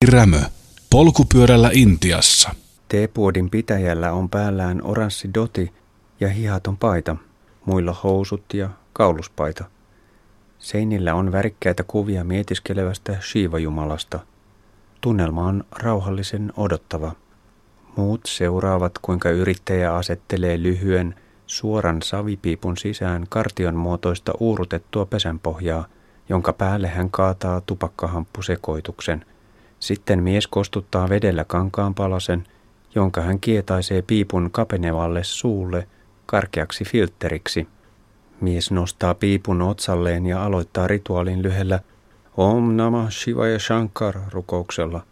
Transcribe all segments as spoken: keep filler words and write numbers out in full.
Rämö. Polkupyörällä Intiassa. Teepuodin pitäjällä on päällään oranssi doti ja hihaton paita, muilla housut ja kauluspaita. Seinillä on värikkäitä kuvia mietiskelevästä Shiva-jumalasta. Tunnelma on rauhallisen odottava. Muut seuraavat, kuinka yrittäjä asettelee lyhyen, suoran savipiipun sisään kartion muotoista uurutettua pesänpohjaa, jonka päälle hän kaataa tupakkahamppusekoituksen. Sitten mies kostuttaa vedellä kankaanpalasen, jonka hän kietaisee piipun kapenevalle suulle karkeaksi filtteriksi. Mies nostaa piipun otsalleen ja aloittaa rituaalin lyhellä Om Namah Shivaya Shankar -rukouksella.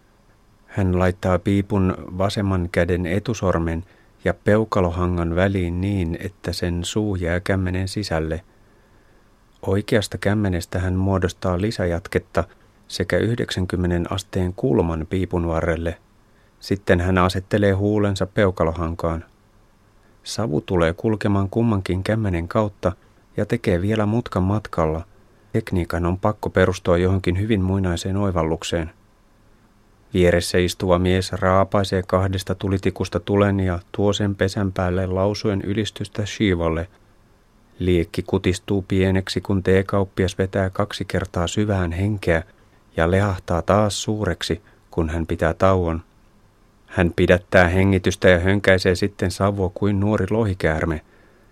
Hän laittaa piipun vasemman käden etusormen ja peukalohangan väliin niin, että sen suu jää kämmenen sisälle. Oikeasta kämmenestä hän muodostaa lisäjatketta sekä yhdeksänkymmentä asteen kulman piipun varrelle. Sitten hän asettelee huulensa peukalohankaan. Savu tulee kulkemaan kummankin kämmenen kautta ja tekee vielä mutkan matkalla. Tekniikan on pakko perustua johonkin hyvin muinaiseen oivallukseen. Vieressä istuva mies raapaisee kahdesta tulitikusta tulen ja tuo sen pesän päälle lausuen ylistystä Shivalle. Liekki kutistuu pieneksi, kun teekauppias vetää kaksi kertaa syvään henkeä ja lehahtaa taas suureksi, kun hän pitää tauon. Hän pidättää hengitystä ja hönkäisee sitten savua kuin nuori lohikäärme.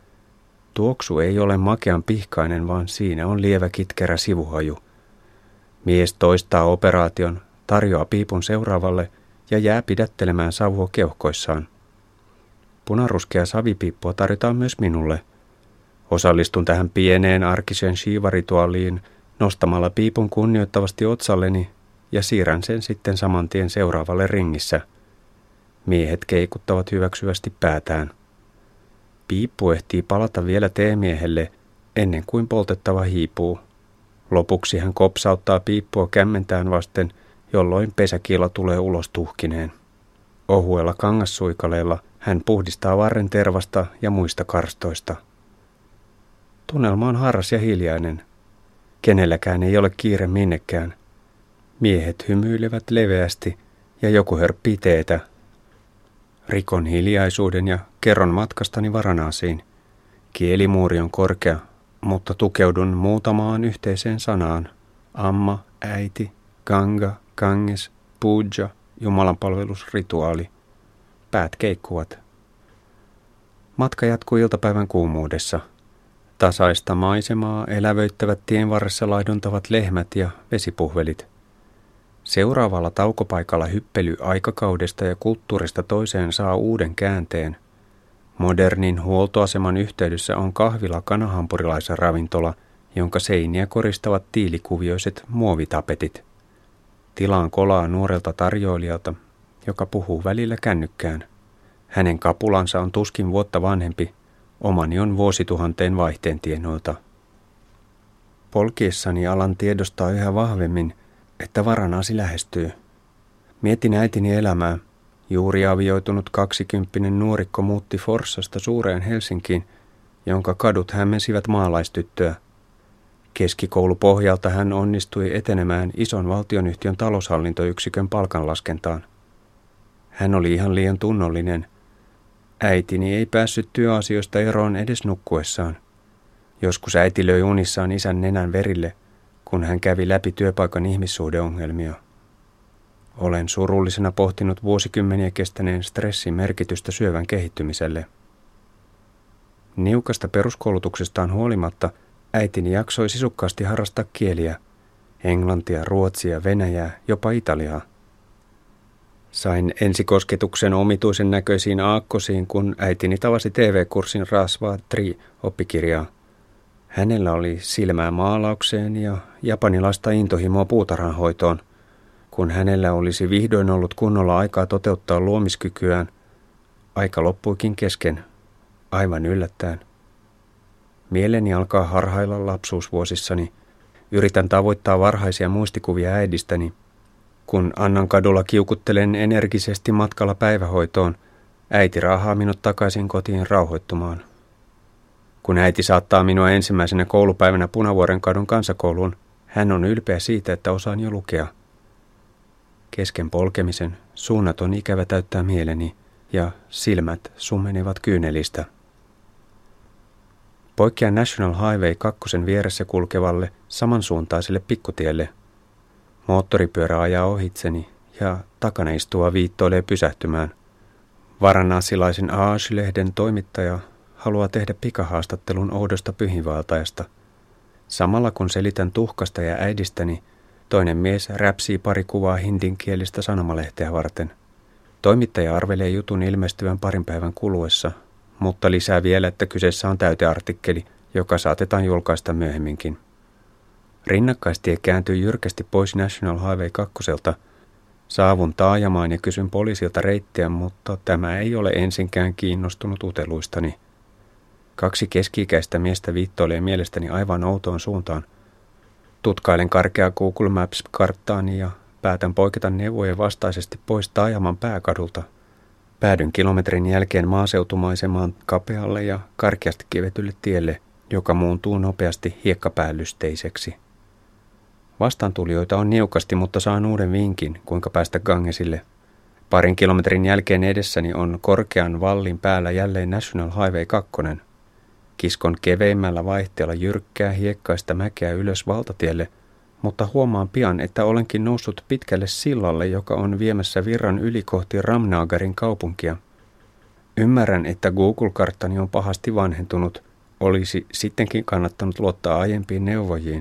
Tuoksu ei ole makean pihkainen, vaan siinä on lievä kitkerä sivuhaju. Mies toistaa operaation, tarjoaa piipun seuraavalle ja jää pidättelemään savua keuhkoissaan. Punaruskea savipiippua tarjotaan myös minulle. Osallistun tähän pieneen arkiseen shiivarituaaliin nostamalla piipun kunnioittavasti otsalleni ja siirrän sen sitten saman tien seuraavalle ringissä. Miehet keikuttavat hyväksyvästi päätään. Piippu ehtii palata vielä teemiehelle ennen kuin poltettava hiipuu. Lopuksi hän kopsauttaa piippua kämmentään vasten, jolloin pesäkiila tulee ulos tuhkineen. Ohuella kangassuikaleella hän puhdistaa varren tervasta ja muista karstoista. Tunnelma on harras ja hiljainen. Kenelläkään ei ole kiire minnekään. Miehet hymyilevät leveästi ja joku hörppii teetä. Rikon hiljaisuuden ja kerron matkastani Varanaasiin. Kielimuuri on korkea, mutta tukeudun muutamaan yhteiseen sanaan. Amma, äiti, Ganga, Ganges, Puja, jumalanpalvelusrituaali. Päät keikkuvat. Matka jatkuu iltapäivän kuumuudessa. Tasaista maisemaa elävöittävät tien varressa laiduntavat lehmät ja vesipuhvelit. Seuraavalla taukopaikalla hyppely aikakaudesta ja kulttuurista toiseen saa uuden käänteen. Modernin huoltoaseman yhteydessä on kahvila kanahampurilaisen ravintola, jonka seiniä koristavat tiilikuvioiset muovitapetit. Tilaan kolaa nuorelta tarjoilijalta, joka puhuu välillä kännykkään. Hänen kapulansa on tuskin vuotta vanhempi, omani on vuosituhanteen vaihteen tienoilta. Polkiessani alan tiedostaa yhä vahvemmin, että Varanaasi lähestyy. Mietin äitini elämää. Juuri avioitunut kaksikymppinen nuorikko muutti Forssasta suureen Helsinkiin, jonka kadut hämmensivät maalaistyttöä. Keskikoulupohjalta hän onnistui etenemään ison valtionyhtiön taloushallintoyksikön palkanlaskentaan. Hän oli ihan liian tunnollinen. Äitini ei päässyt työasioista eroon edes nukkuessaan. Joskus äiti löi unissaan isän nenän verille, kun hän kävi läpi työpaikan ihmissuhdeongelmia. Olen surullisena pohtinut vuosikymmeniä kestäneen stressin merkitystä syövän kehittymiselle. Niukasta peruskoulutuksestaan huolimatta äitini jaksoi sisukkaasti harrastaa kieliä, englantia, ruotsia, venäjää, jopa italiaa. Sain ensikosketuksen omituisen näköisiin aakkosiin, kun äitini tavasi T V-kurssin Rasva Tri-oppikirjaa. Hänellä oli silmää maalaukseen ja japanilaista intohimoa puutarhanhoitoon. Kun hänellä olisi vihdoin ollut kunnolla aikaa toteuttaa luomiskykyään, aika loppuikin kesken, aivan yllättäen. Mieleni alkaa harhailla lapsuusvuosissani. Yritän tavoittaa varhaisia muistikuvia äidistäni. Kun Annan kadulla kiukuttelen energisesti matkalla päivähoitoon, äiti raahaa minut takaisin kotiin rauhoittumaan. Kun äiti saattaa minua ensimmäisenä koulupäivänä Punavuoren kadun kansakouluun, hän on ylpeä siitä, että osaan jo lukea. Kesken polkemisen suunnaton ikävä täyttää mieleni ja silmät summenevat kyynelistä. Poikkean National Highway kakkosen vieressä kulkevalle samansuuntaiselle pikkutielle. Moottoripyörä ajaa ohitseni ja takana istuva viittoilee pysähtymään. Varanasilaisen Age-lehden toimittaja haluaa tehdä pikahaastattelun oudosta pyhinvaeltajasta. Samalla kun selitän tuhkasta ja äidistäni, toinen mies räpsii pari kuvaa hindinkielistä sanomalehteä varten. Toimittaja arvelee jutun ilmestyvän parin päivän kuluessa, mutta lisää vielä, että kyseessä on täyteartikkeli, joka saatetaan julkaista myöhemminkin. Rinnakkaistie kääntyy jyrkästi pois National Highway kakkoselta. Saavun taajamaan ja kysyn poliisilta reittiä, mutta tämä ei ole ensinkään kiinnostunut uteluistani. Kaksi keski-ikäistä miestä viittoilee mielestäni aivan outoon suuntaan. Tutkailen karkeaa Google Maps-karttaani ja päätän poiketa neuvojen vastaisesti pois taajaman pääkadulta. Päädyn kilometrin jälkeen maaseutumaisemaan kapealle ja karkeasti kivetylle tielle, joka muuntuu nopeasti hiekkapäällysteisiksi. Vastaantulijoita on niukasti, mutta saan uuden vinkin, kuinka päästä Gangesille. Parin kilometrin jälkeen edessäni on korkean vallin päällä jälleen National Highway kaksi. Kiskon keveimmällä vaihteella jyrkkää hiekkaista mäkeä ylös valtatielle, mutta huomaan pian, että olenkin noussut pitkälle sillalle, joka on viemässä virran yli kohti Ramnagarin kaupunkia. Ymmärrän, että Google-karttani on pahasti vanhentunut. Olisi sittenkin kannattanut luottaa aiempiin neuvojiin.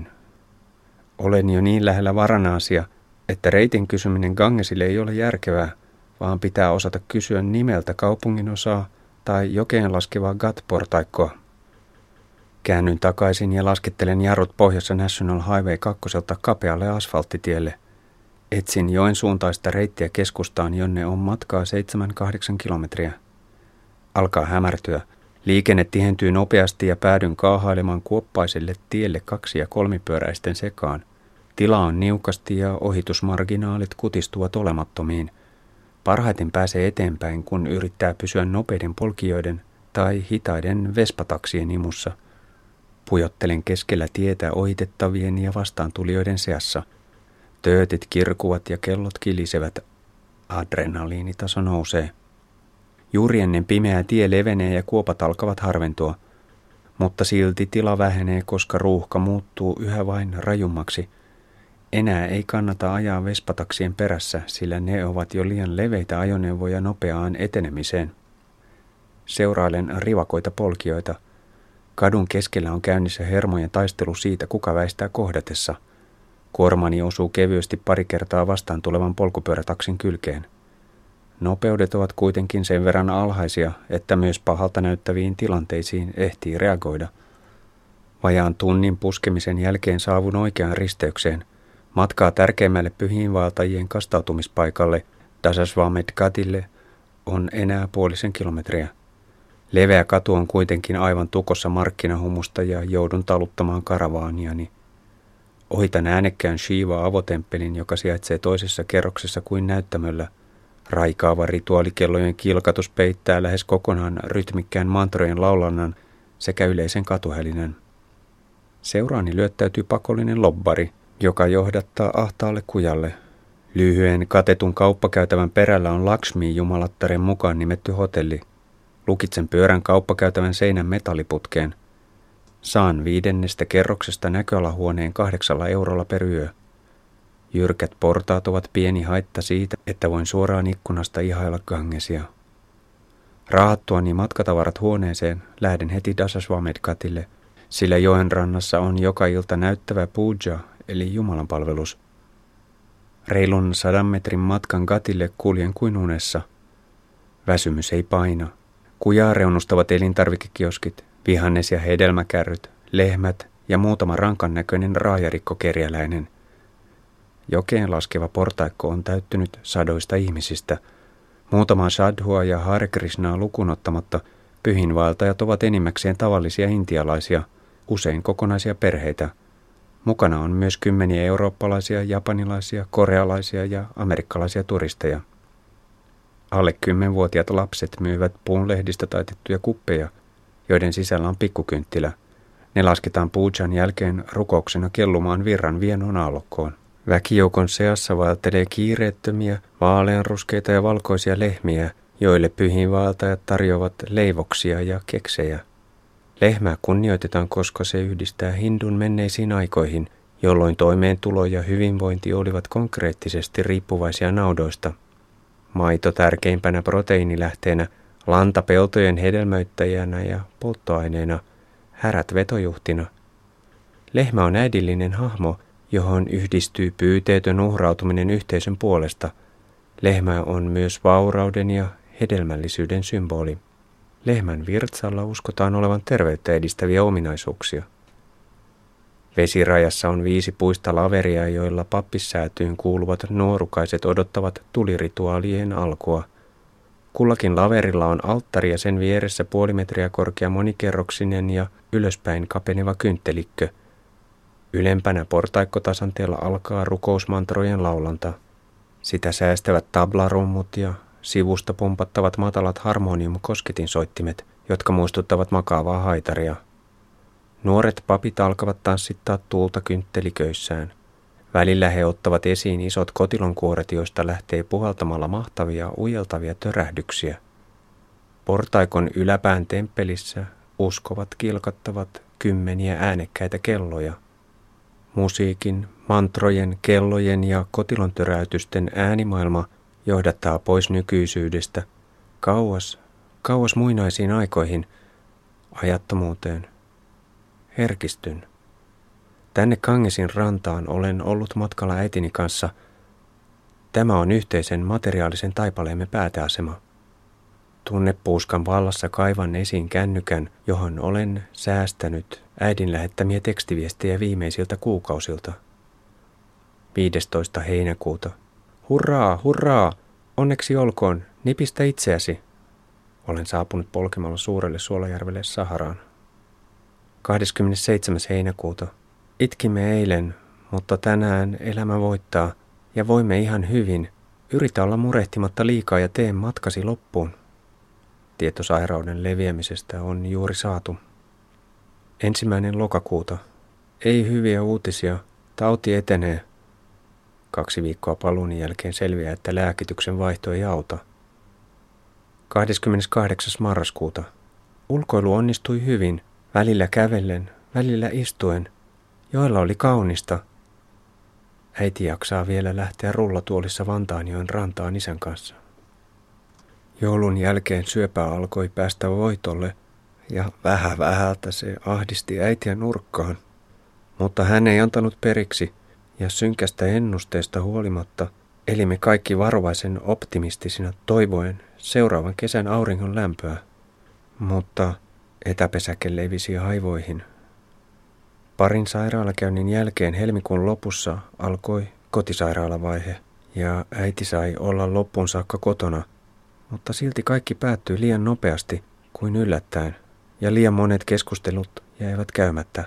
Olen jo niin lähellä Varanasia, että reitin kysyminen Gangesille ei ole järkevää, vaan pitää osata kysyä nimeltä kaupunginosaa tai jokeen laskevaa Ghat-portaikkoa. Käännyn takaisin ja laskettelen jarrut pohjassa National Highway kakkoselta kapealle asfalttitielle. Etsin joen suuntaista reittiä keskustaan, jonne on matkaa seitsemän kahdeksan kilometriä. Alkaa hämärtyä. Liikenne tihentyy nopeasti ja päädyn kaahailemaan kuoppaiselle tielle kaksi- ja kolmipyöräisten sekaan. Tila on niukasti ja ohitusmarginaalit kutistuvat olemattomiin. Parhaiten pääsee eteenpäin, kun yrittää pysyä nopeiden polkijoiden tai hitaiden vespataksien imussa. Pujottelen keskellä tietä ohitettavien ja vastaantulijoiden seassa. Töötit kirkuvat ja kellot kilisevät. Adrenaliinitaso nousee. Juuri ennen pimeää tie levenee ja kuopat alkavat harventua. Mutta silti tila vähenee, koska ruuhka muuttuu yhä vain rajummaksi. Enää ei kannata ajaa vespataksien perässä, sillä ne ovat jo liian leveitä ajoneuvoja nopeaan etenemiseen. Seurailen rivakoita polkijoita. Kadun keskellä on käynnissä hermojen taistelu siitä, kuka väistää kohdatessa. Kuormani osuu kevyesti pari kertaa vastaan tulevan polkupyörätaksin kylkeen. Nopeudet ovat kuitenkin sen verran alhaisia, että myös pahalta näyttäviin tilanteisiin ehtii reagoida. Vajaan tunnin puskemisen jälkeen saavun oikeaan risteykseen. Matkaa tärkeimmälle pyhiinvaeltajien kastautumispaikalle, Dasasvamed Ghatille, on enää puolisen kilometriä. Leveä katu on kuitenkin aivan tukossa markkinahumusta ja joudun taluttamaan karavaaniani. Ohitan äänekkään Shiva-avotemppelin, joka sijaitsee toisessa kerroksessa kuin näyttämöllä. Raikaava rituaalikellojen kilkatus peittää lähes kokonaan rytmikkään mantrojen laulannan sekä yleisen katuhälinän. Seuraani lyöttäytyy pakollinen lobbari, joka johdattaa ahtaalle kujalle. Lyhyen katetun kauppakäytävän perällä on Lakshmi-jumalattaren mukaan nimetty hotelli. Lukitsen pyörän kauppakäytävän seinän metalliputkeen. Saan viidennestä kerroksesta näköalahuoneen kahdeksalla eurolla per yö. Jyrkät portaat ovat pieni haitta siitä, että voin suoraan ikkunasta ihailla Gangesia. Raahattuani matkatavarat huoneeseen lähden heti Dasasvamed Ghatille, sillä joen rannassa on joka ilta näyttävä puja, eli jumalanpalvelus. Reilun sadan metrin matkan Ghatille kuljen kuin unessa. Väsymys ei paina. Kujaa reunustavat elintarvikekioskit, vihannes- ja hedelmäkärryt, lehmät ja muutama rankan näköinen raajarikkokerjäläinen. Jokeen laskeva portaikko on täyttynyt sadoista ihmisistä. Muutamaa sadhua ja Hare Krishnaa lukuun ottamatta pyhinvaeltajat ovat enimmäkseen tavallisia intialaisia, usein kokonaisia perheitä. Mukana on myös kymmeniä eurooppalaisia, japanilaisia, korealaisia ja amerikkalaisia turisteja. Alle kymmenvuotiaat lapset myyvät puunlehdistä taitettuja kuppeja, joiden sisällä on pikkukynttilä. Ne lasketaan puujan jälkeen rukouksena kellumaan virran vienon aallokkoon. Väkijoukon seassa vaeltelee kiireettömiä, vaaleanruskeita ja valkoisia lehmiä, joille pyhiinvaeltajat tarjoavat leivoksia ja keksejä. Lehmää kunnioitetaan, koska se yhdistää hindun menneisiin aikoihin, jolloin toimeentulo ja hyvinvointi olivat konkreettisesti riippuvaisia naudoista. Maito tärkeimpänä proteiinilähteenä, lanta peltojen hedelmöittäjänä ja polttoaineena, härät vetojuhtina. Lehmä on äidillinen hahmo, johon yhdistyy pyyteetön uhrautuminen yhteisön puolesta. Lehmä on myös vaurauden ja hedelmällisyyden symboli. Lehmän virtsalla uskotaan olevan terveyttä edistäviä ominaisuuksia. Vesirajassa on viisi puista laveria, joilla pappissäätyyn kuuluvat nuorukaiset odottavat tulirituaalien alkua. Kullakin laverilla on alttari ja sen vieressä puoli metriä korkea monikerroksinen ja ylöspäin kapeneva kynttelikkö. Ylempänä portaikkotasanteella alkaa rukousmantrojen laulanta. Sitä säästävät tablarummut ja sivusta pumpattavat matalat harmonium-kosketinsoittimet, jotka muistuttavat makaavaa haitaria. Nuoret papit alkavat tanssittaa tuulta kyntteliköissään. Välillä he ottavat esiin isot kotilonkuoret, joista lähtee puhaltamalla mahtavia, ujeltavia törähdyksiä. Portaikon yläpään temppelissä uskovat kilkattavat kymmeniä äänekkäitä kelloja. Musiikin, mantrojen, kellojen ja kotilontöräytysten äänimaailma johdattaa pois nykyisyydestä, kauas, kauas muinaisiin aikoihin, ajattomuuteen. Herkistyn. Tänne Gangesin rantaan olen ollut matkalla äitini kanssa. Tämä on yhteisen materiaalisen taipaleemme pääteasema. Tunnepuuskan vallassa kaivan esiin kännykän, johon olen säästänyt äidin lähettämiä tekstiviestejä viimeisiltä kuukausilta. viidestoista heinäkuuta. Hurraa, hurraa! Onneksi olkoon, nipistä itseäsi. Olen saapunut polkemalla suurelle Suolajärvelle Saharaan. kahdeskymmenesseitsemäs heinäkuuta. Itkimme eilen, mutta tänään elämä voittaa ja voimme ihan hyvin. Yritä olla murehtimatta liikaa ja tee matkasi loppuun. Tieto sairauden leviämisestä on juuri saatu. Ensimmäinen lokakuuta. Ei hyviä uutisia. Tauti etenee. Kaksi viikkoa paluun jälkeen selviää, että lääkityksen vaihto ei auta. kahdeskymmeneskahdeksas marraskuuta. Ulkoilu onnistui hyvin. Välillä kävellen, välillä istuen. Joilla oli kaunista. Äiti jaksaa vielä lähteä rullatuolissa Vantaanjoen rantaan isän kanssa. Joulun jälkeen syöpä alkoi päästä voitolle ja vähän vähältä se ahdisti äitiä nurkkaan. Mutta hän ei antanut periksi ja synkästä ennusteesta huolimatta elimme kaikki varovaisen optimistisina toivoen seuraavan kesän auringon lämpöä. Mutta etäpesäke levisi aivoihin. Parin sairaalakäynnin jälkeen helmikuun lopussa alkoi kotisairaalavaihe ja äiti sai olla loppuun saakka kotona, mutta silti kaikki päättyi liian nopeasti kuin yllättäen ja liian monet keskustelut jäivät käymättä.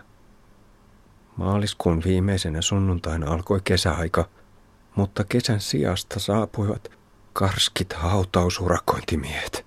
Maaliskuun viimeisenä sunnuntaina alkoi kesäaika, mutta kesän sijasta saapuivat karskit hautausurakointimiehet.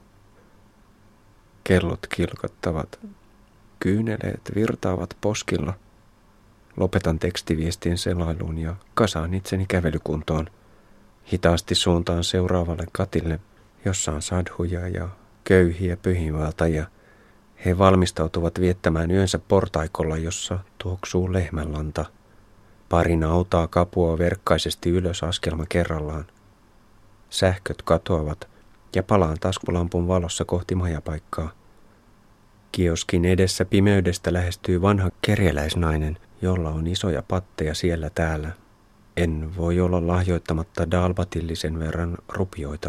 Kellot kilkattavat, kyyneleet virtaavat poskilla. Lopetan tekstiviestien selailuun ja kasaan itseni kävelykuntoon. Hitaasti suuntaan seuraavalle katille, jossa on sadhuja ja köyhiä pyhiinvaeltajia. He valmistautuvat viettämään yönsä portaikolla, jossa tuoksuu lehmänlanta. Pari nautaa kapuaa verkkaisesti ylös askelma kerrallaan. Sähköt katoavat ja palaan taskulampun valossa kohti majapaikkaa. Kioskin edessä pimeydestä lähestyy vanha kerjäläisnainen, jolla on isoja patteja siellä täällä. En voi olla lahjoittamatta dalbatillisen verran rupioita.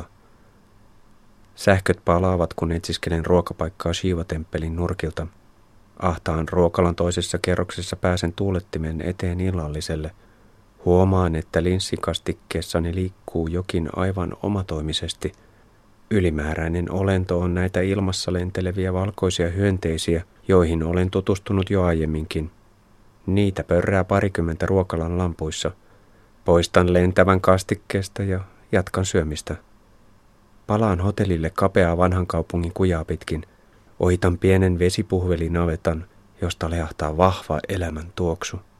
Sähköt palaavat, kun etsiskelen ruokapaikkaa Shiva-temppelin nurkilta. Ahtaan ruokalan toisessa kerroksessa pääsen tuulettimen eteen illalliselle. Huomaan, että linssikastikkeessani liikkuu jokin aivan omatoimisesti. Ylimääräinen olento on näitä ilmassa lenteleviä valkoisia hyönteisiä, joihin olen tutustunut jo aiemminkin. Niitä pörrää parikymmentä ruokalan lampuissa. Poistan lentävän kastikkeesta ja jatkan syömistä. Palaan hotellille kapeaa vanhan kaupungin kujaa pitkin. Ohitan pienen vesipuhvelinavetan, josta leahtaa vahva elämän tuoksu.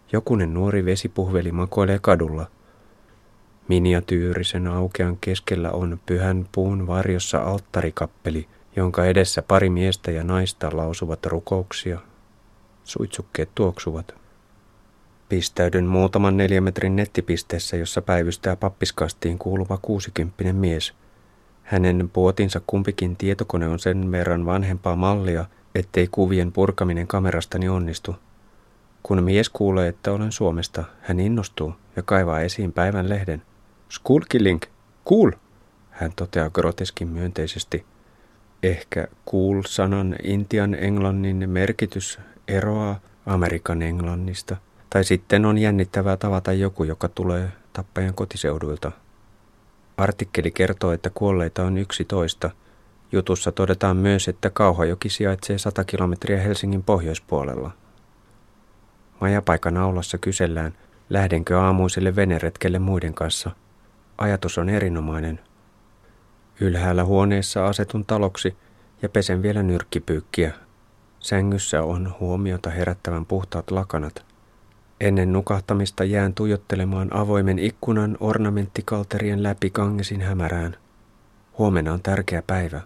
Jokunen nuori vesipuhveli makoilee kadulla. Miniatyyrisen aukean keskellä on pyhän puun varjossa alttarikappeli, jonka edessä pari miestä ja naista lausuvat rukouksia. Suitsukkeet tuoksuvat. Pistäydyn muutaman neliömetrin nettipisteessä, jossa päivystää pappiskastiin kuuluva kuusikymppinen mies. Hänen puotinsa kumpikin tietokone on sen verran vanhempaa mallia, ettei kuvien purkaminen kamerastani onnistu. Kun mies kuulee, että olen Suomesta, hän innostuu ja kaivaa esiin päivän lehden. Skulkilink, cool, hän toteaa groteskin myönteisesti. Ehkä cool-sanan intian englannin merkitys eroaa Amerikan englannista. Tai sitten on jännittävää tavata joku, joka tulee tappajan kotiseuduilta. Artikkeli kertoo, että kuolleita on yksitoista. Jutussa todetaan myös, että Kauhajoki sijaitsee sata kilometriä Helsingin pohjoispuolella. Majapaikan aulassa kysellään, lähdenkö aamuiselle veneretkelle muiden kanssa. Ajatus on erinomainen. Ylhäällä huoneessa asetun taloksi ja pesen vielä nyrkkipyykkiä. Sängyssä on huomiota herättävän puhtaat lakanat. Ennen nukahtamista jään tuijottelemaan avoimen ikkunan ornamenttikalterien läpi Gangesin hämärään. Huomenna on tärkeä päivä.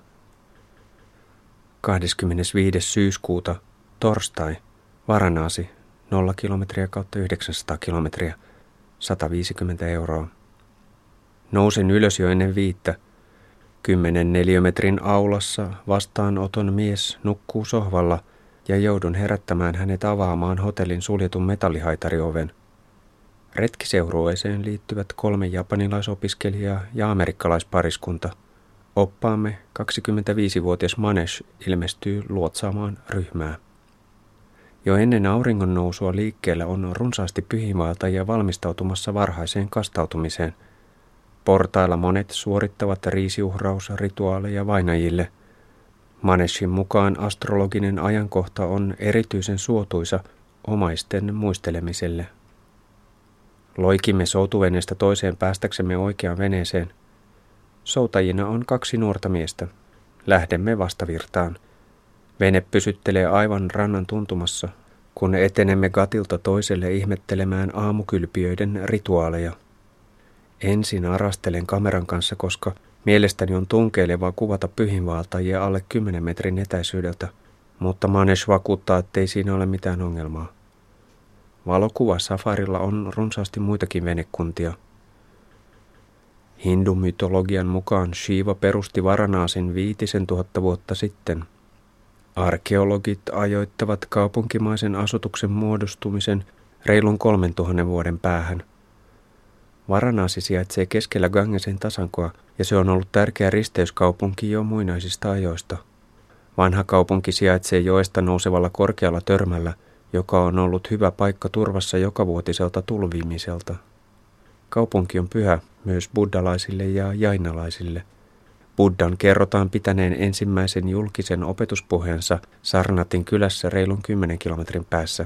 kahdeskymmenesviides syyskuuta, torstai, Varanasi, nolla kilometriä kautta yhdeksänsataa kilometriä, sata viisikymmentä euroa. Nousen ylös jo ennen viittä. Kymmenen neliömetrin aulassa vastaanoton mies nukkuu sohvalla ja joudun herättämään hänet avaamaan hotellin suljetun metallihaiterioven. Retkiseurueeseen liittyvät kolme japanilaisopiskelijaa ja amerikkalaispariskunta. Oppaamme kaksikymmentäviisivuotias Manesh ilmestyy luotsaamaan ryhmää. Jo ennen auringon nousua liikkeellä on runsaasti pyhiinvaeltajia valmistautumassa varhaiseen kastautumiseen. Portailla monet suorittavat riisiuhrausrituaaleja vainajille. Maneshin mukaan astrologinen ajankohta on erityisen suotuisa omaisten muistelemiselle. Loikimme soutuveneestä toiseen päästäksemme oikeaan veneeseen. Soutajina on kaksi nuorta miestä. Lähdemme vastavirtaan. Vene pysyttelee aivan rannan tuntumassa, kun etenemme gatilta toiselle ihmettelemään aamukylpijöiden rituaaleja. Ensin arastelen kameran kanssa, koska mielestäni on tunkeilevaa kuvata pyhinvaeltajia alle kymmenen metrin etäisyydeltä, mutta Manesh vakuuttaa, ettei siinä ole mitään ongelmaa. Valokuva safarilla on runsaasti muitakin venekuntia. Hindumytologian mukaan Shiva perusti Varanasin viitisen tuhatta vuotta sitten. Arkeologit ajoittavat kaupunkimaisen asutuksen muodostumisen reilun kolmen tuhannen vuoden päähän. Varanasi sijaitsee keskellä Gangesen tasankoa ja se on ollut tärkeä risteyskaupunki jo muinaisista ajoista. Vanha kaupunki sijaitsee joesta nousevalla korkealla törmällä, joka on ollut hyvä paikka turvassa jokavuotiselta tulvimiselta. Kaupunki on pyhä myös buddhalaisille ja jainalaisille. Buddhan kerrotaan pitäneen ensimmäisen julkisen opetuspuheensa Sarnatin kylässä reilun kymmenen kilometrin päässä.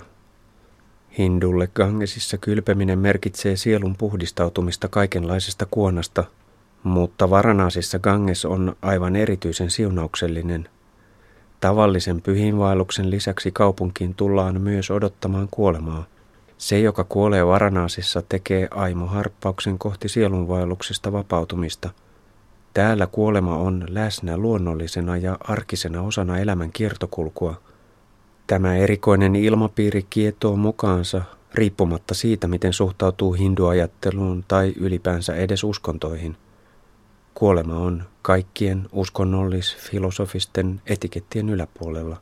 Hindulle Gangesissa kylpeminen merkitsee sielun puhdistautumista kaikenlaisesta kuonasta, mutta Varanasissa Ganges on aivan erityisen siunauksellinen. Tavallisen pyhiinvaelluksen lisäksi kaupunkiin tullaan myös odottamaan kuolemaa. Se, joka kuolee Varanasissa, tekee aimoharppauksen kohti sielunvaelluksesta vapautumista. Täällä kuolema on läsnä luonnollisena ja arkisena osana elämän kiertokulkua. Tämä erikoinen ilmapiiri kietoo mukaansa riippumatta siitä, miten suhtautuu hinduajatteluun tai ylipäänsä edes uskontoihin. Kuolema on kaikkien uskonnollis-filosofisten etikettien yläpuolella.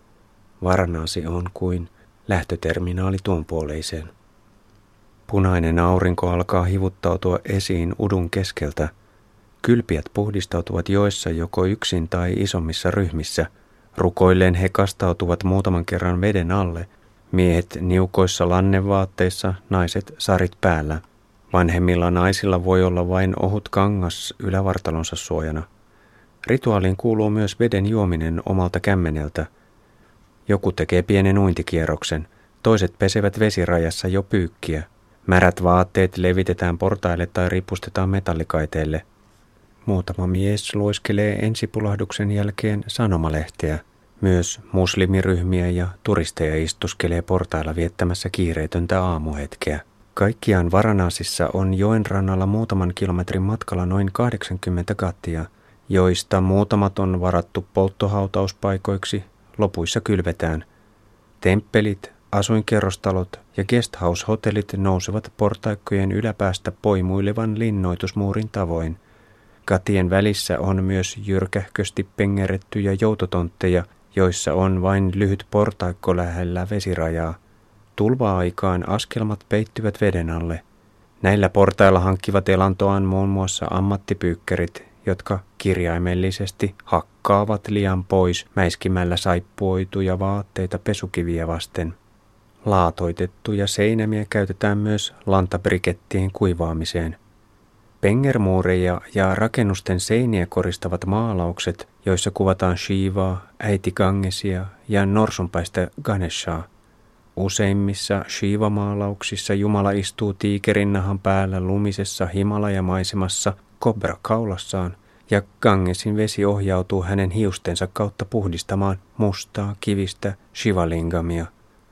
Varanasi on kuin lähtöterminaali tuonpuoleiseen. Punainen aurinko alkaa hivuttautua esiin udun keskeltä. Kylpijät puhdistautuvat joissa joko yksin tai isommissa ryhmissä. Rukoilleen he kastautuvat muutaman kerran veden alle. Miehet niukoissa lannevaatteissa, naiset sarit päällä. Vanhemmilla naisilla voi olla vain ohut kangas ylävartalonsa suojana. Rituaaliin kuuluu myös veden juominen omalta kämmeneltä. Joku tekee pienen uintikierroksen, toiset pesevät vesirajassa jo pyykkiä. Märät vaatteet levitetään portaille tai ripustetaan metallikaiteelle. Muutama mies lueskelee ensipulahduksen jälkeen sanomalehteä. Myös muslimiryhmiä ja turisteja istuskelee portailla viettämässä kiireetöntä aamuhetkeä. Kaikkiaan Varanasissa on joen rannalla muutaman kilometrin matkalla noin kahdeksankymmentä gattia, joista muutamat on varattu polttohautauspaikoiksi, lopuissa kylvetään. Temppelit, asuinkerrostalot ja guesthouse-hotellit nousevat portaikkojen yläpäästä poimuilevan linnoitusmuurin tavoin. Gatien välissä on myös jyrkähkösti pengerettyjä joutotontteja, joissa on vain lyhyt portaikko lähellä vesirajaa. Tulva-aikaan askelmat peittyvät veden alle. Näillä portailla hankkivat elantoaan muun muassa ammattipyykkärit, jotka kirjaimellisesti hakkaavat lian pois mäiskimällä saippuoituja vaatteita pesukiviä vasten. Laatoitettuja seinämiä käytetään myös lantabrikettien kuivaamiseen. Pengermuureja ja rakennusten seiniä koristavat maalaukset, joissa kuvataan Shivaa, äiti Gangesia ja norsunpäistä Ganeshaa. Useimmissa Shiva-maalauksissa Jumala istuu tiikerinnahan päällä lumisessa Himalajamaisemassa kobra kaulassaan, ja Gangesin vesi ohjautuu hänen hiustensa kautta puhdistamaan mustaa kivistä Shivalingamia.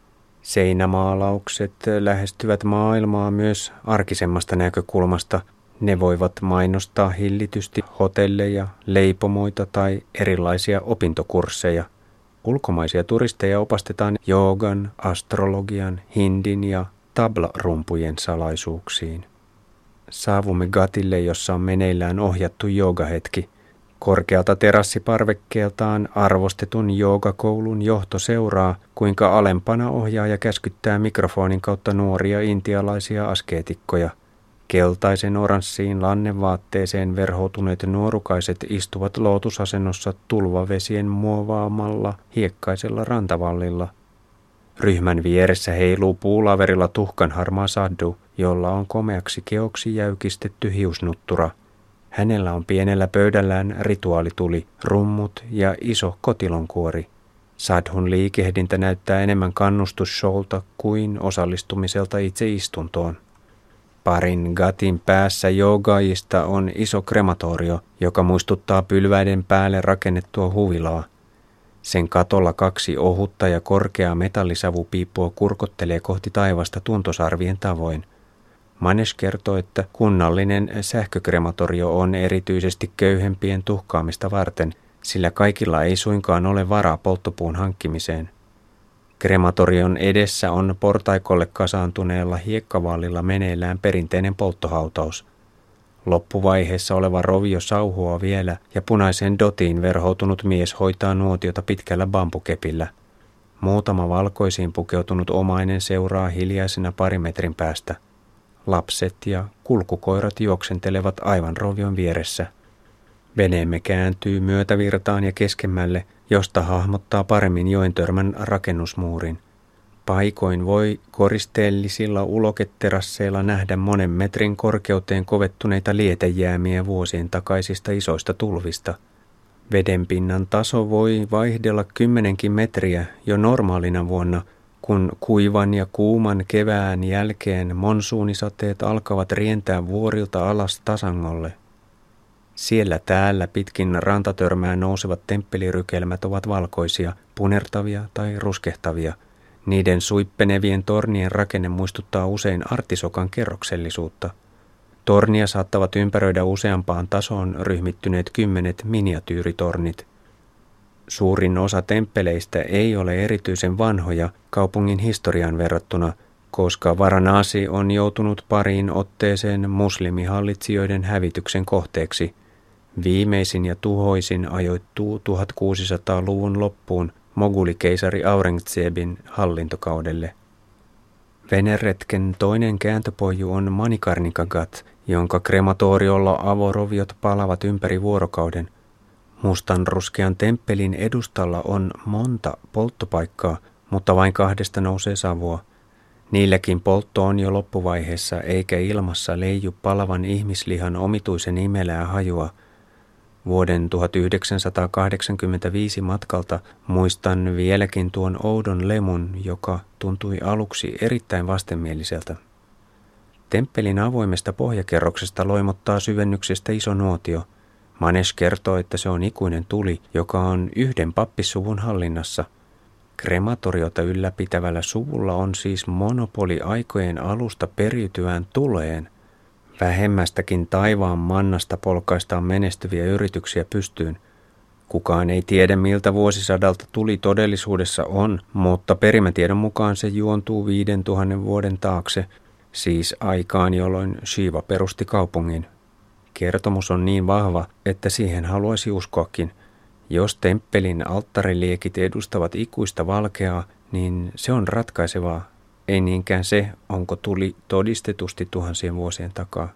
Seinämaalaukset lähestyvät maailmaa myös arkisemmasta näkökulmasta. Ne voivat mainostaa hillitysti hotelleja, leipomoita tai erilaisia opintokursseja. Ulkomaisia turisteja opastetaan joogan, astrologian, hindin ja tabla-rumpujen salaisuuksiin. Saavumme Gatille, jossa on meneillään ohjattu joogahetki. Korkealta terassiparvekkeeltaan arvostetun joogakoulun johto seuraa, kuinka alempana ohjaaja käskyttää mikrofonin kautta nuoria intialaisia askeetikkoja. Keltaisen oranssiin lannevaatteeseen verhoutuneet nuorukaiset istuvat lootusasennossa tulvavesien muovaamalla hiekkaisella rantavallilla. Ryhmän vieressä heiluu puulaverilla tuhkanharmaa sadhu, jolla on komeaksi keoksi jäykistetty hiusnuttura. Hänellä on pienellä pöydällään rituaalituli, rummut ja iso kotilonkuori. Sadhun liikehdintä näyttää enemmän kannustusshowlta kuin osallistumiselta itse istuntoon. Parin gatin päässä joogaajista on iso krematorio, joka muistuttaa pylväiden päälle rakennettua huvilaa. Sen katolla kaksi ohutta ja korkeaa metallisavupiippua kurkottelee kohti taivasta tuntosarvien tavoin. Manesh kertoo, että kunnallinen sähkökrematorio on erityisesti köyhempien tuhkaamista varten, sillä kaikilla ei suinkaan ole varaa polttopuun hankkimiseen. Krematorion edessä on portaikolle kasaantuneella hiekkavallilla meneillään perinteinen polttohautaus. Loppuvaiheessa oleva rovio sauhua vielä ja punaiseen dotiin verhoutunut mies hoitaa nuotiota pitkällä bambukepillä. Muutama valkoisiin pukeutunut omainen seuraa hiljaisena pari metrin päästä. Lapset ja kulkukoirat juoksentelevat aivan rovion vieressä. Veneemme kääntyy myötävirtaan ja keskemmälle, josta hahmottaa paremmin joentörmän rakennusmuurin. Paikoin voi koristeellisilla uloketerasseilla nähdä monen metrin korkeuteen kovettuneita lietejäämiä vuosien takaisista isoista tulvista. Vedenpinnan taso voi vaihdella kymmenenkin metriä jo normaalina vuonna, kun kuivan ja kuuman kevään jälkeen monsuunisateet alkavat rientää vuorilta alas tasangolle. Siellä täällä pitkin rantatörmää nousevat temppelirykelmät ovat valkoisia, punertavia tai ruskehtavia. Niiden suippenevien tornien rakenne muistuttaa usein artisokan kerroksellisuutta. Tornia saattavat ympäröidä useampaan tasoon ryhmittyneet kymmenet miniatyyritornit. Suurin osa temppeleistä ei ole erityisen vanhoja kaupungin historiaan verrattuna, koska Varanasi on joutunut pariin otteeseen muslimihallitsijoiden hävityksen kohteeksi. Viimeisin ja tuhoisin ajoittuu tuhatkuusisataaluvun loppuun mogulikeisari Aurangzebin hallintokaudelle. Veneretken toinen kääntöpoju on Manikarnika Ghat, jonka krematoriolla avoroviot palavat ympäri vuorokauden. Mustanruskean temppelin edustalla on monta polttopaikkaa, mutta vain kahdesta nousee savua. Niilläkin poltto on jo loppuvaiheessa, eikä ilmassa leiju palavan ihmislihan omituisen imelää hajua. Vuoden tuhatyhdeksänsataakahdeksankymmentäviisi matkalta muistan vieläkin tuon oudon lemun, joka tuntui aluksi erittäin vastenmieliseltä. Temppelin avoimesta pohjakerroksesta loimottaa syvennyksestä iso nuotio. Manesh kertoo, että se on ikuinen tuli, joka on yhden pappissuvun hallinnassa. Krematoriota ylläpitävällä suvulla on siis monopoli aikojen alusta periytyvään tuleen. Vähemmästäkin taivaan mannasta polkaistaan menestyviä yrityksiä pystyyn. Kukaan ei tiedä, miltä vuosisadalta tuli todellisuudessa on, mutta perimätiedon mukaan se juontuu viiden tuhannen vuoden taakse, siis aikaan, jolloin Shiva perusti kaupungin. Kertomus on niin vahva, että siihen haluaisi uskoakin. Jos temppelin alttariliekit edustavat ikuista valkeaa, niin se on ratkaisevaa. Ei niinkään se, onko tuli todistetusti tuhansien vuosien takaa.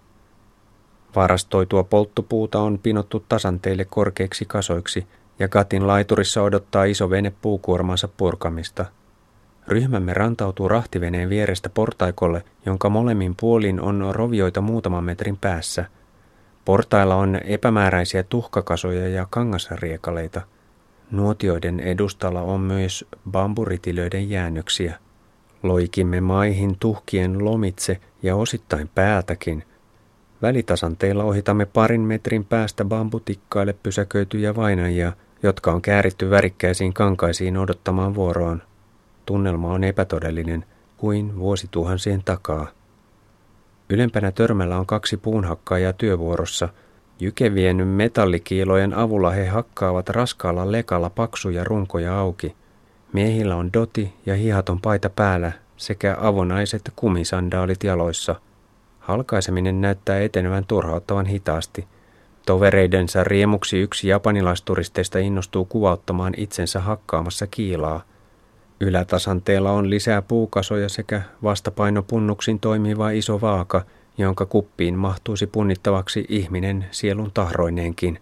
Varastoitua polttopuuta on pinottu tasanteille korkeiksi kasoiksi, ja Gatin laiturissa odottaa iso vene puukuormansa purkamista. Ryhmämme rantautuu rahtiveneen vierestä portaikolle, jonka molemmin puolin on rovioita muutaman metrin päässä. Portailla on epämääräisiä tuhkakasoja ja kangasriekaleita. Nuotioiden edustalla on myös bamburitilöiden jäännöksiä. Loikimme maihin tuhkien lomitse ja osittain päältäkin. Välitasanteilla ohitamme parin metrin päästä bambutikkaille pysäköityjä vainajia, jotka on kääritty värikkäisiin kankaisiin odottamaan vuoroon. Tunnelma on epätodellinen kuin vuosituhansien takaa. Ylempänä törmällä on kaksi puunhakkaajaa työvuorossa. Jykevien metallikiilojen avulla he hakkaavat raskaalla lekalla paksuja runkoja auki. Miehillä on doti ja hihaton paita päällä sekä avonaiset kumisandaalit jaloissa. Halkaiseminen näyttää etenevän turhauttavan hitaasti. Tovereidensa riemuksi yksi japanilaisturisteista innostuu kuvauttamaan itsensä hakkaamassa kiilaa. Ylätasanteella on lisää puukasoja sekä vastapainopunnuksin toimiva iso vaaka, jonka kuppiin mahtuisi punnittavaksi ihminen sielun tahroineenkin.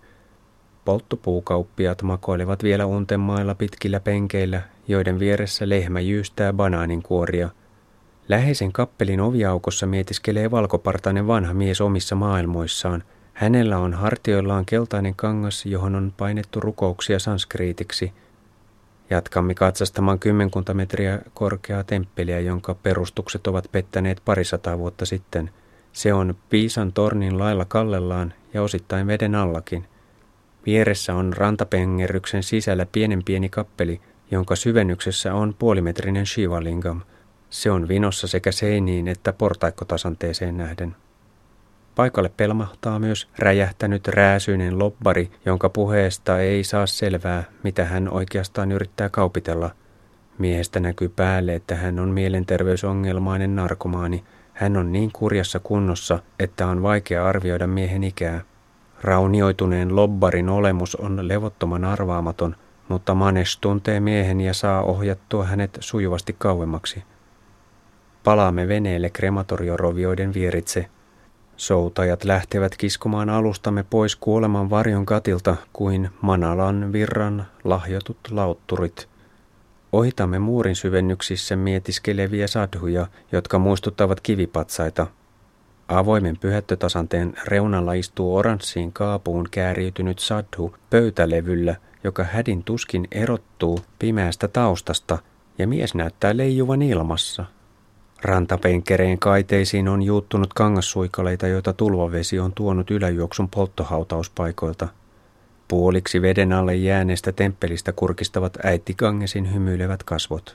Polttopuukauppiaat makoilevat vielä untemailla pitkillä penkeillä, joiden vieressä lehmä jyystää banaaninkuoria. Läheisen kappelin oviaukossa mietiskelee valkopartainen vanha mies omissa maailmoissaan. Hänellä on hartioillaan keltainen kangas, johon on painettu rukouksia sanskriitiksi. Jatkamme katsastamaan kymmenkunta metriä korkeaa temppeliä, jonka perustukset ovat pettäneet parisataa vuotta sitten. Se on Piisan tornin lailla kallellaan ja osittain veden allakin. Vieressä on rantapengerryksen sisällä pienen pieni kappeli, jonka syvennyksessä on puolimetrinen Shivalingam. Se on vinossa sekä seiniin että portaikkotasanteeseen nähden. Paikalle pelmahtaa myös räjähtänyt rääsyinen lobbari, jonka puheesta ei saa selvää, mitä hän oikeastaan yrittää kaupitella. Miehestä näkyy päälle, että hän on mielenterveysongelmainen narkomaani. Hän on niin kurjassa kunnossa, että on vaikea arvioida miehen ikää. Raunioituneen lobbarin olemus on levottoman arvaamaton, mutta Manesh tuntee miehen ja saa ohjattua hänet sujuvasti kauemmaksi. Palaamme veneelle krematoriorovioiden vieritse. Soutajat lähtevät kiskomaan alustamme pois kuoleman varjon katilta kuin Manalan virran lahjotut lautturit. Ohitamme muurin syvennyksissä mietiskeleviä sadhuja, jotka muistuttavat kivipatsaita. Avoimen pyhättötasanteen reunalla istuu oranssiin kaapuun kääriytynyt sadhu pöytälevyllä, joka hädin tuskin erottuu pimeästä taustasta, ja mies näyttää leijuvan ilmassa. Rantapenkereen kaiteisiin on juuttunut kangassuikaleita, joita tulvavesi on tuonut yläjuoksun polttohautauspaikoilta. Puoliksi veden alle jääneestä temppelistä kurkistavat äiti Gangesin hymyilevät kasvot.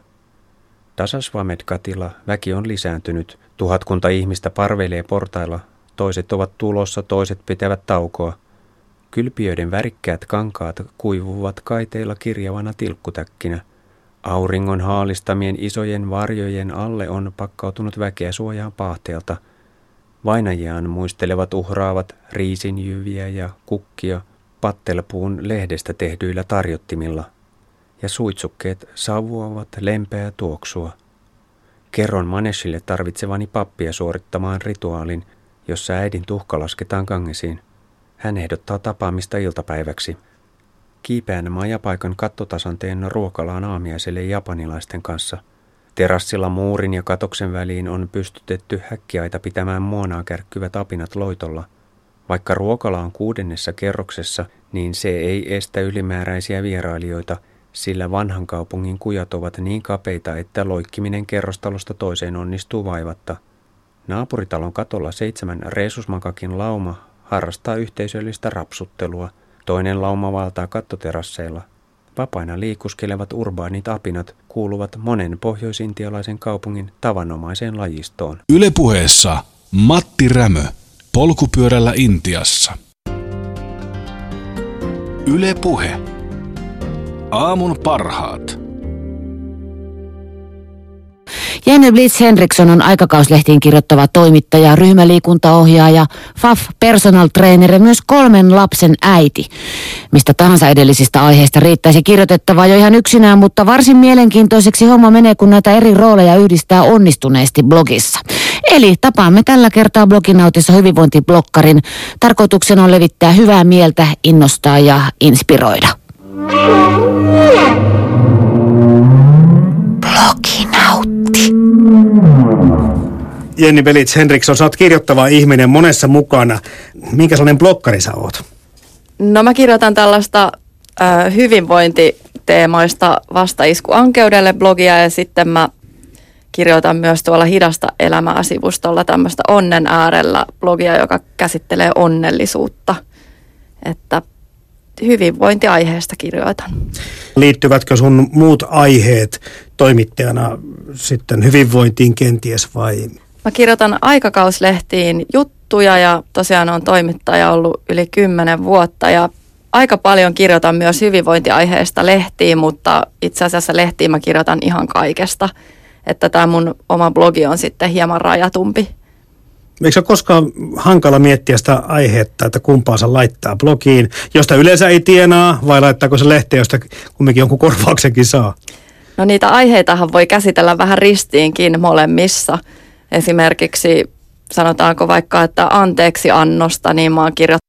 Dasasvamed-katilla väki on lisääntynyt. Tuhatkunta ihmistä parveilee portailla. Toiset ovat tulossa, toiset pitävät taukoa. Kylpiöiden värikkäät kankaat kuivuvat kaiteilla kirjavana tilkkutäkkinä. Auringon haalistamien isojen varjojen alle on pakkautunut väkeä suojaan paahteelta. Vainajiaan muistelevat uhraavat riisinjyviä ja kukkia pattelpuun lehdestä tehdyillä tarjottimilla, ja suitsukkeet savuavat lempeää tuoksua. Kerron Maneshille tarvitsevani pappia suorittamaan rituaalin, jossa äidin tuhka lasketaan Gangesiin. Hän ehdottaa tapaamista iltapäiväksi. Kiipeän majapaikan kattotasanteen ruokalaan aamiaiselle japanilaisten kanssa. Terassilla muurin ja katoksen väliin on pystytetty häkkiaita pitämään muonaa kärkkyvät apinat loitolla. Vaikka ruokala on kuudennessa kerroksessa, niin se ei estä ylimääräisiä vierailijoita, sillä vanhan kaupungin kujat ovat niin kapeita, että loikkiminen kerrostalosta toiseen onnistuu vaivatta. Naapuritalon katolla seitsemän reesusmakakin lauma harrastaa yhteisöllistä rapsuttelua, toinen lauma valtaa kattoterasseilla. Vapaina liikuskelevat urbaanit apinat kuuluvat monen pohjoisintialaisen kaupungin tavanomaiseen lajistoon. Yle Puheessa Matti Rämö, polkupyörällä Intiassa. Yle Puhe. Aamun parhaat. Jenny Blitz Henriksson on aikakauslehtiin kirjoittava toimittaja, ryhmäliikuntaohjaaja, F A F personal trainer ja myös kolmen lapsen äiti. Mistä tahansa edellisistä aiheista riittäisi kirjoitettavaa jo ihan yksinään, mutta varsin mielenkiintoiseksi homma menee, kun näitä eri rooleja yhdistää onnistuneesti blogissa. Eli tapaamme tällä kertaa bloginautissa hyvinvointiblokkarin. Tarkoituksena on levittää hyvää mieltä, innostaa ja inspiroida. Bloginautti. Jenny Blitz Henriksson, sä oot kirjoittava ihminen monessa mukana. Minkä sellainen blokkari sä oot? No mä kirjoitan tällaista äh, hyvinvointiteemoista vastaisku ankeudelle blogia ja sitten mä kirjoitan myös tuolla Hidasta elämää -sivustolla tämmöistä onnen äärellä blogia, joka käsittelee onnellisuutta. Että hyvinvointiaiheesta kirjoitan. Liittyvätkö sun muut aiheet toimittajana sitten hyvinvointiin kenties vai? Mä kirjoitan aikakauslehtiin juttuja ja tosiaan on toimittaja ollut yli kymmenen vuotta ja aika paljon kirjoitan myös hyvinvointiaiheesta lehtiin, mutta itse asiassa lehtiin mä kirjoitan ihan kaikesta. Että tämä mun oma blogi on sitten hieman rajatumpi. Eikö se ole koskaan hankala miettiä sitä aihetta, että kumpaa se laittaa blogiin, josta yleensä ei tienaa, vai laittaako se lehteen, josta kumminkin jonkun korvauksenkin saa? No niitä aiheitahan voi käsitellä vähän ristiinkin molemmissa. Esimerkiksi sanotaanko vaikka, että anteeksi annosta, niin mä oon kirjoittanut